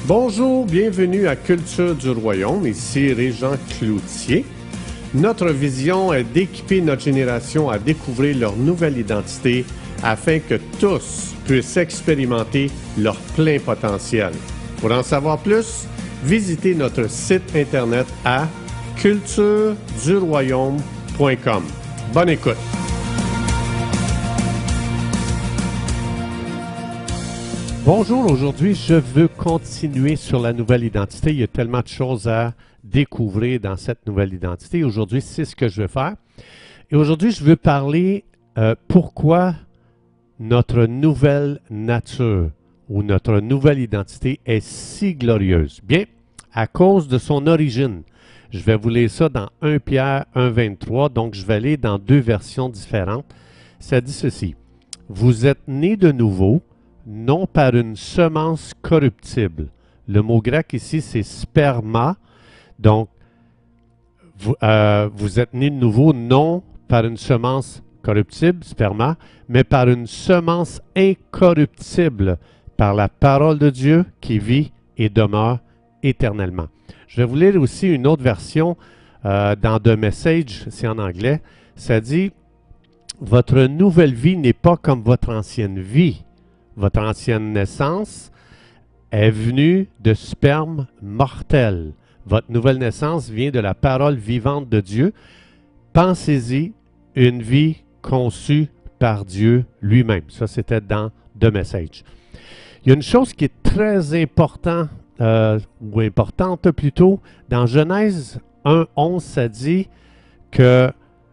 Bonjour, bienvenue à Culture du Royaume, ici Régent Cloutier. Notre vision est d'équiper notre génération à découvrir leur nouvelle identité afin que tous puissent expérimenter leur plein potentiel. Pour en savoir plus, visitez notre site internet à cultureduroyaume.com. Bonne écoute! Bonjour, aujourd'hui, je veux continuer sur la nouvelle identité. Il y a tellement de choses à découvrir dans cette nouvelle identité. Aujourd'hui, c'est ce que je vais faire. Et aujourd'hui, je veux parler pourquoi notre nouvelle nature ou notre nouvelle identité est si glorieuse. Bien, à cause de son origine. Je vais vous lire ça dans 1 Pierre 1,23, donc je vais aller dans deux versions différentes. Ça dit ceci. « Vous êtes nés de nouveau, non par une semence corruptible. » Le mot grec ici, c'est sperma. Donc, vous êtes nés de nouveau, non par une semence corruptible, sperma, mais par une semence incorruptible, par la parole de Dieu qui vit et demeure éternellement. Je vais vous lire aussi une autre version dans The Message, c'est en anglais. Ça dit, « Votre nouvelle vie n'est pas comme votre ancienne vie. Votre ancienne naissance est venue de sperme mortel. Votre nouvelle naissance vient de la parole vivante de Dieu. Pensez-y, une vie conçue par Dieu lui-même. » Ça, c'était dans The Message. Il y a une chose qui est très importante plutôt. Dans Genèse 1,11, ça dit que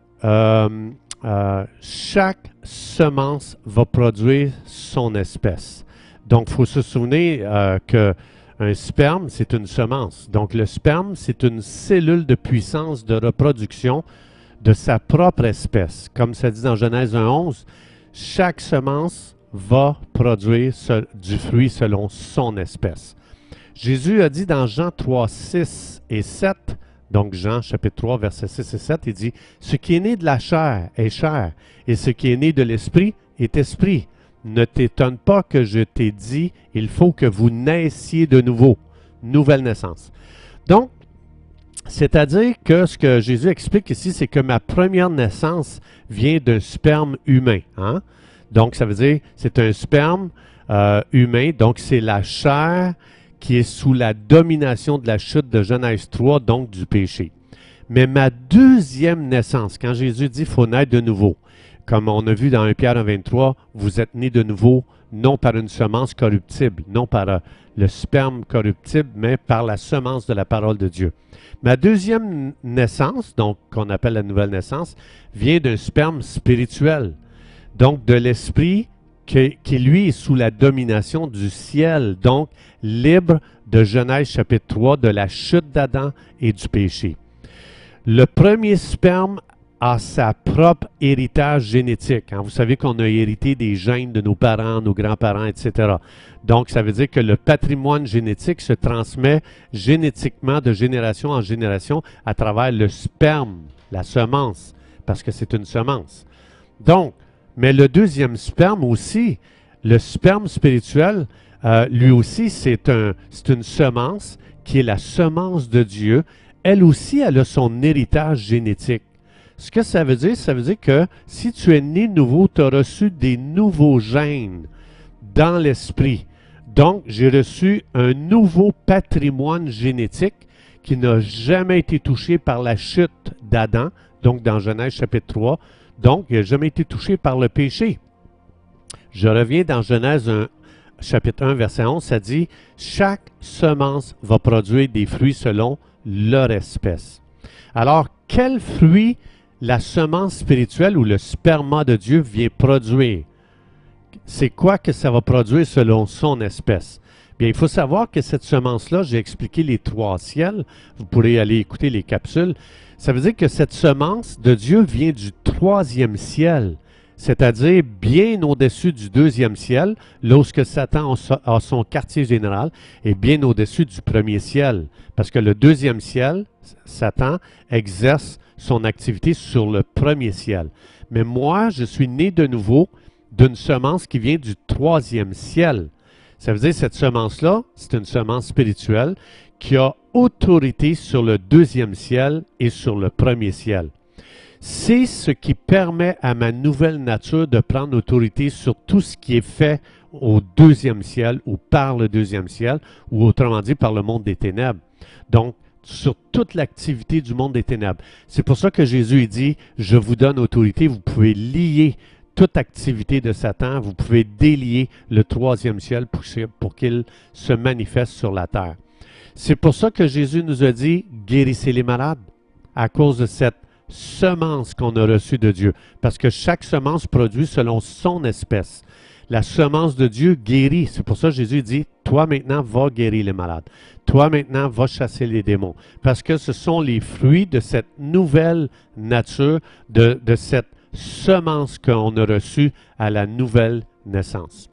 chaque semence va produire son espèce. Donc, il faut se souvenir qu'un sperme, c'est une semence. Donc, le sperme, c'est une cellule de puissance de reproduction de sa propre espèce. Comme ça dit dans Genèse 1,11, chaque semence va produire du fruit selon son espèce. Jésus a dit dans Jean 3, 6 et 7, donc Jean chapitre 3, versets 6 et 7, il dit « Ce qui est né de la chair est chair, et ce qui est né de l'esprit est esprit. Ne t'étonne pas que je t'ai dit, il faut que vous naissiez de nouveau. » Nouvelle naissance. Donc, c'est-à-dire que ce que Jésus explique ici, c'est que ma première naissance vient d'un sperme humain. Hein? Donc, ça veut dire c'est un sperme humain, donc c'est la chair qui est sous la domination de la chute de Genèse 3, donc du péché. Mais ma deuxième naissance, quand Jésus dit « il faut naître de nouveau », comme on a vu dans 1 Pierre 1,23, vous êtes nés de nouveau, non par une semence corruptible, non par le sperme corruptible, mais par la semence de la parole de Dieu. Ma deuxième naissance, donc qu'on appelle la nouvelle naissance, vient d'un sperme spirituel, donc de l'esprit qui lui est sous la domination du ciel, donc libre de Genèse chapitre 3, de la chute d'Adam et du péché. Le premier sperme a sa propre héritage génétique. Hein. Vous savez qu'on a hérité des gènes de nos parents, nos grands-parents, etc. Donc, ça veut dire que le patrimoine génétique se transmet génétiquement de génération en génération à travers le sperme, la semence, parce que c'est une semence. Donc, mais le deuxième sperme aussi, le sperme spirituel, lui aussi, c'est une semence qui est la semence de Dieu. Elle aussi, elle a son héritage génétique. Ce que ça veut dire que si tu es né nouveau, tu as reçu des nouveaux gènes dans l'esprit. Donc, j'ai reçu un nouveau patrimoine génétique qui n'a jamais été touché par la chute d'Adam, donc dans Genèse chapitre 3. Donc, il n'a jamais été touché par le péché. Je reviens dans Genèse 1, chapitre 1, verset 11, ça dit « Chaque semence va produire des fruits selon leur espèce. » Alors, quel fruit la semence spirituelle ou le sperma de Dieu vient produire? C'est quoi que ça va produire selon son espèce? Bien, il faut savoir que cette semence-là, j'ai expliqué les 3 ciels. Vous pourrez aller écouter les capsules. Ça veut dire que cette semence de Dieu vient du 3e ciel, c'est-à-dire bien au-dessus du 2e ciel, lorsque Satan a son quartier général, et bien au-dessus du 1er ciel, parce que le 2e ciel, Satan, exerce son activité sur le 1er ciel. Mais moi, je suis né de nouveau d'une semence qui vient du 3e ciel. Ça veut dire que cette semence-là, c'est une semence spirituelle qui a autorité sur le deuxième ciel et sur le premier ciel. C'est ce qui permet à ma nouvelle nature de prendre autorité sur tout ce qui est fait au deuxième ciel ou par le deuxième ciel, ou autrement dit par le monde des ténèbres. Donc, sur toute l'activité du monde des ténèbres. C'est pour ça que Jésus dit, je vous donne autorité, vous pouvez lier toute activité de Satan, vous pouvez délier le troisième ciel pour qu'il se manifeste sur la terre. C'est pour ça que Jésus nous a dit, guérissez les malades, à cause de cette semence qu'on a reçue de Dieu. Parce que chaque semence produit selon son espèce. La semence de Dieu guérit. C'est pour ça que Jésus dit, toi maintenant, va guérir les malades. Toi maintenant, va chasser les démons. Parce que ce sont les fruits de cette nouvelle nature, de cette semence qu'on a reçue à la nouvelle naissance.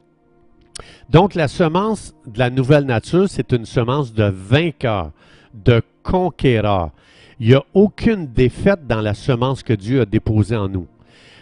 Donc, la semence de la nouvelle nature, c'est une semence de vainqueur, de conquérant. Il n'y a aucune défaite dans la semence que Dieu a déposée en nous.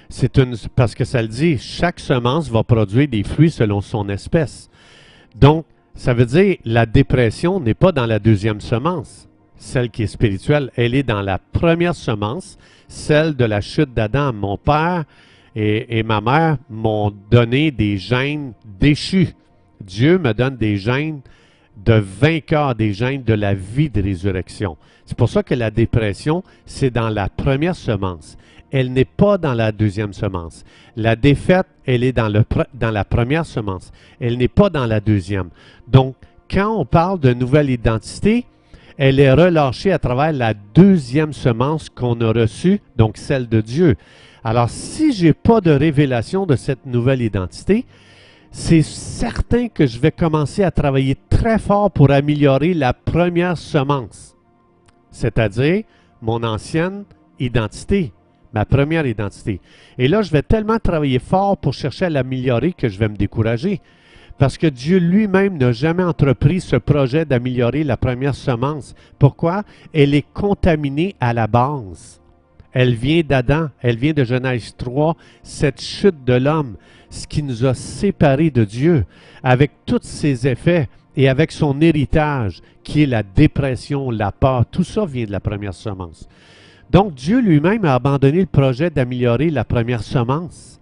Parce que ça le dit, chaque semence va produire des fruits selon son espèce. Donc, ça veut dire la dépression n'est pas dans la deuxième semence, celle qui est spirituelle. Elle est dans la première semence, celle de la chute d'Adam. Mon père et ma mère m'ont donné des gènes déchus. Dieu me donne des gènes de vainqueur, des gènes de la vie de résurrection. C'est pour ça que la dépression, c'est dans la première semence. Elle n'est pas dans la deuxième semence. La défaite, elle est dans la première semence. Elle n'est pas dans la deuxième. Donc, quand on parle de nouvelle identité, elle est relâchée à travers la deuxième semence qu'on a reçue, donc celle de Dieu. Alors, si je n'ai pas de révélation de cette nouvelle identité, c'est certain que je vais commencer à travailler très fort pour améliorer la première semence, c'est-à-dire mon ancienne identité, ma première identité. Et là, je vais tellement travailler fort pour chercher à l'améliorer que je vais me décourager. Parce que Dieu lui-même n'a jamais entrepris ce projet d'améliorer la première semence. Pourquoi? Elle est contaminée à la base. Elle vient d'Adam, elle vient de Genèse 3, cette chute de l'homme, ce qui nous a séparés de Dieu, avec tous ses effets et avec son héritage, qui est la dépression, la peur, tout ça vient de la première semence. Donc Dieu lui-même a abandonné le projet d'améliorer la première semence.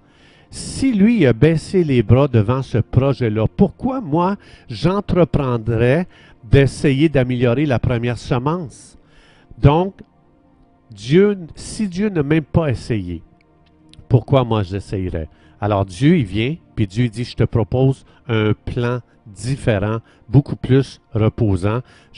Si lui a baissé les bras devant ce projet-là, pourquoi moi j'entreprendrais d'essayer d'améliorer la première semence? Donc, si Dieu n'a même pas essayé, pourquoi moi j'essayerais? Alors Dieu, il vient, puis Dieu dit, je te propose un plan différent, beaucoup plus reposant.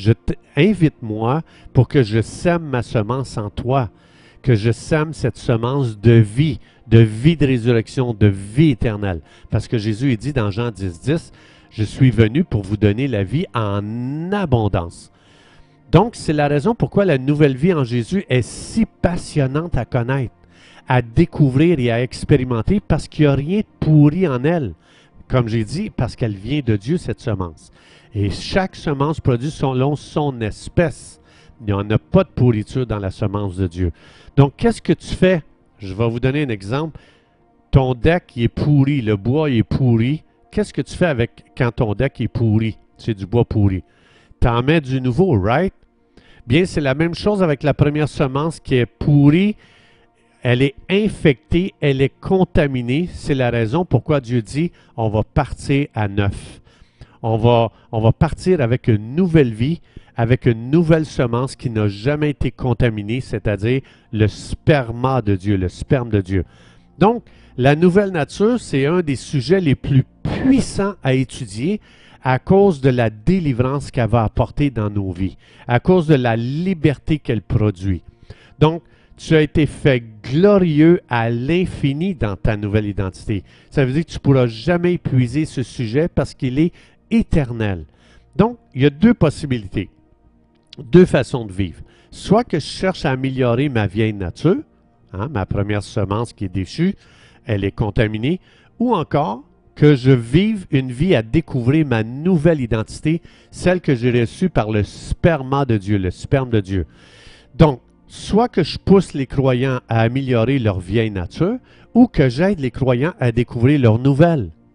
Invite-moi pour que je sème ma semence en toi, que je sème cette semence de vie de résurrection, de vie éternelle. Parce que Jésus il dit dans Jean 10, je suis venu pour vous donner la vie en abondance. Donc, c'est la raison pourquoi la nouvelle vie en Jésus est si passionnante à connaître, à découvrir et à expérimenter, parce qu'il n'y a rien de pourri en elle. Comme j'ai dit, parce qu'elle vient de Dieu, cette semence. Et chaque semence produit selon son espèce. Il n'y en a pas de pourriture dans la semence de Dieu. Donc, qu'est-ce que tu fais? Je vais vous donner un exemple. Ton deck il est pourri, le bois il est pourri. Qu'est-ce que tu fais quand ton deck est pourri? C'est du bois pourri. Tu en mets du nouveau, right? Bien, c'est la même chose avec la première semence qui est pourrie. Elle est infectée, elle est contaminée. C'est la raison pourquoi Dieu dit, on va partir à neuf. On va partir avec une nouvelle vie, avec une nouvelle semence qui n'a jamais été contaminée, c'est-à-dire le sperma de Dieu, le sperme de Dieu. Donc, la nouvelle nature, c'est un des sujets les plus puissants à étudier à cause de la délivrance qu'elle va apporter dans nos vies, à cause de la liberté qu'elle produit. Donc, tu as été fait glorieux à l'infini dans ta nouvelle identité. Ça veut dire que tu ne pourras jamais épuiser ce sujet parce qu'il est éternel. Donc, il y a deux possibilités, deux façons de vivre. Soit que je cherche à améliorer ma vieille nature, ma première semence qui est déchue, elle est contaminée, ou encore que je vive une vie à découvrir ma nouvelle identité, celle que j'ai reçue par le sperma de Dieu, le sperme de Dieu. Donc, soit que je pousse les croyants à améliorer leur vieille nature, ou que j'aide les croyants à découvrir leur nouvelle.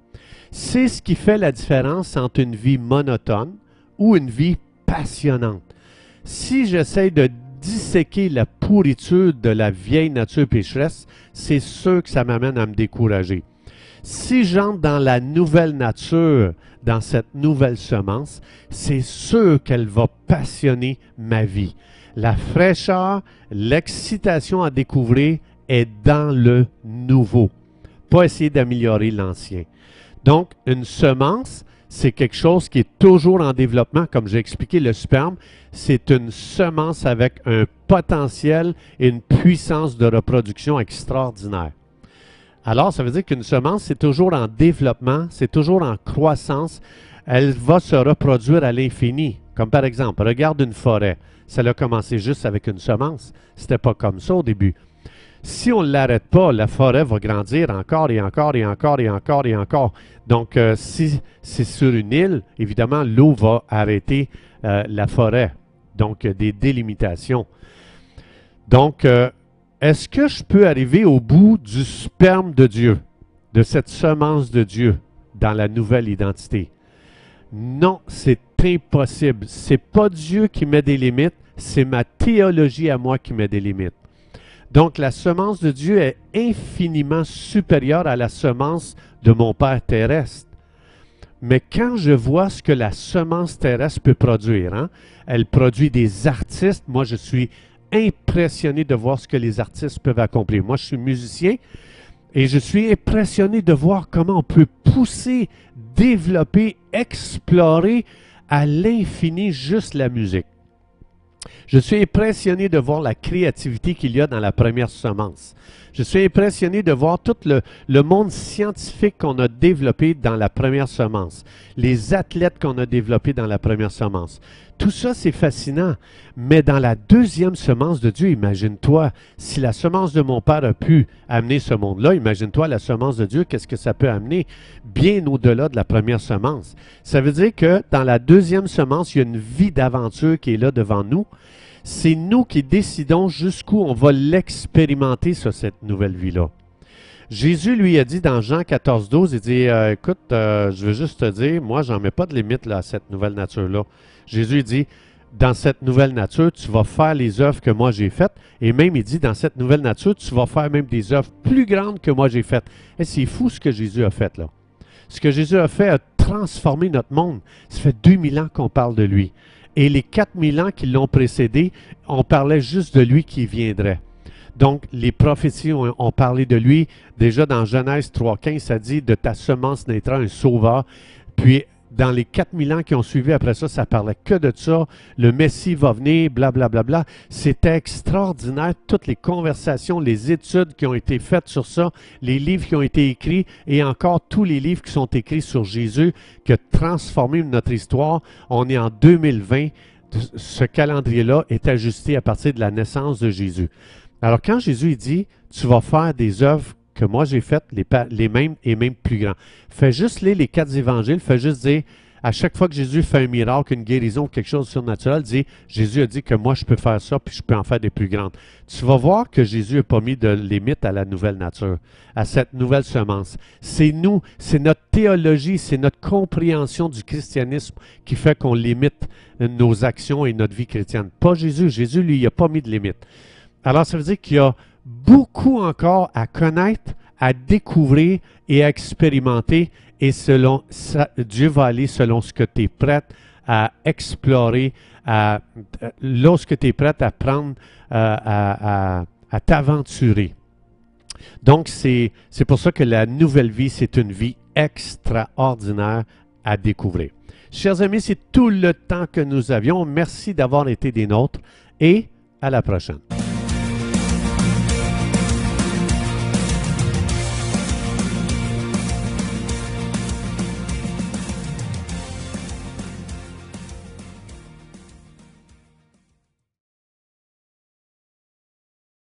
C'est ce qui fait la différence entre une vie monotone ou une vie passionnante. Si j'essaie de disséquer la pourriture de la vieille nature pécheresse, c'est sûr que ça m'amène à me décourager. Si j'entre dans la nouvelle nature, dans cette nouvelle semence, c'est sûr qu'elle va passionner ma vie. La fraîcheur, l'excitation à découvrir est dans le nouveau, pas essayer d'améliorer l'ancien. Donc, une semence, c'est quelque chose qui est toujours en développement. Comme j'ai expliqué, le sperme, c'est une semence avec un potentiel et une puissance de reproduction extraordinaire. Alors, ça veut dire qu'une semence, c'est toujours en développement, c'est toujours en croissance. Elle va se reproduire à l'infini. Comme par exemple, regarde une forêt. Ça a commencé juste avec une semence. C'était pas comme ça au début. Si on ne l'arrête pas, la forêt va grandir encore et encore et encore et encore et encore. Donc, si c'est sur une île, évidemment, l'eau va arrêter la forêt. Donc, des délimitations. Donc, est-ce que je peux arriver au bout du sperme de Dieu, de cette semence de Dieu dans la nouvelle identité? Non, c'est impossible. C'est pas Dieu qui met des limites, c'est ma théologie à moi qui met des limites. Donc, la semence de Dieu est infiniment supérieure à la semence de mon Père terrestre. Mais quand je vois ce que la semence terrestre peut produire, elle produit des artistes. Moi, je suis impressionné de voir ce que les artistes peuvent accomplir. Moi, je suis musicien et je suis impressionné de voir comment on peut pousser, développer, explorer à l'infini juste la musique. Je suis impressionné de voir la créativité qu'il y a dans la première semence. Je suis impressionné de voir tout le monde scientifique qu'on a développé dans la première semence, les athlètes qu'on a développés dans la première semence. Tout ça, c'est fascinant. Mais dans la deuxième semence de Dieu, imagine-toi, si la semence de mon Père a pu amener ce monde-là, imagine-toi la semence de Dieu, qu'est-ce que ça peut amener bien au-delà de la première semence. Ça veut dire que dans la deuxième semence, il y a une vie d'aventure qui est là devant nous. C'est nous qui décidons jusqu'où on va l'expérimenter sur cette nouvelle vie-là. Jésus lui a dit dans Jean 14, 12, il dit « Écoute, je veux juste te dire, moi, j'en mets pas de limite là, à cette nouvelle nature-là. » Jésus dit « Dans cette nouvelle nature, tu vas faire les œuvres que moi j'ai faites. » Et même, il dit « Dans cette nouvelle nature, tu vas faire même des œuvres plus grandes que moi j'ai faites. » Et c'est fou ce que Jésus a fait là. Ce que Jésus a fait a transformé notre monde. Ça fait 2000 ans qu'on parle de lui. Et les 4000 ans qui l'ont précédé, on parlait juste de lui qui viendrait. Donc, les prophéties ont parlé de lui. Déjà dans Genèse 3,15, ça dit « De ta semence naîtra un sauveur ». Puis, dans les 4000 ans qui ont suivi après ça, ça parlait que de ça. Le Messie va venir, blablabla. Bla, bla, bla. C'était extraordinaire, toutes les conversations, les études qui ont été faites sur ça, les livres qui ont été écrits et encore tous les livres qui sont écrits sur Jésus qui a transformé notre histoire. On est en 2020. Ce calendrier-là est ajusté à partir de la naissance de Jésus. Alors, quand Jésus dit « Tu vas faire des œuvres que moi j'ai faites, les mêmes et même plus grands. » Fais juste lire les 4 évangiles, fais juste dire, à chaque fois que Jésus fait un miracle, une guérison, quelque chose de surnaturel, dit, Jésus a dit que moi je peux faire ça, puis je peux en faire des plus grandes. Tu vas voir que Jésus n'a pas mis de limite à la nouvelle nature, à cette nouvelle semence. C'est nous, c'est notre théologie, c'est notre compréhension du christianisme qui fait qu'on limite nos actions et notre vie chrétienne. Pas Jésus. Jésus, lui, il n'a pas mis de limite. Alors, ça veut dire qu'il y a beaucoup encore à connaître, à découvrir et à expérimenter. Et selon ça, Dieu va aller selon ce que tu es prête à explorer, lorsque tu es prête à prendre, à t'aventurer. Donc, c'est pour ça que la nouvelle vie, c'est une vie extraordinaire à découvrir. Chers amis, c'est tout le temps que nous avions. Merci d'avoir été des nôtres et à la prochaine.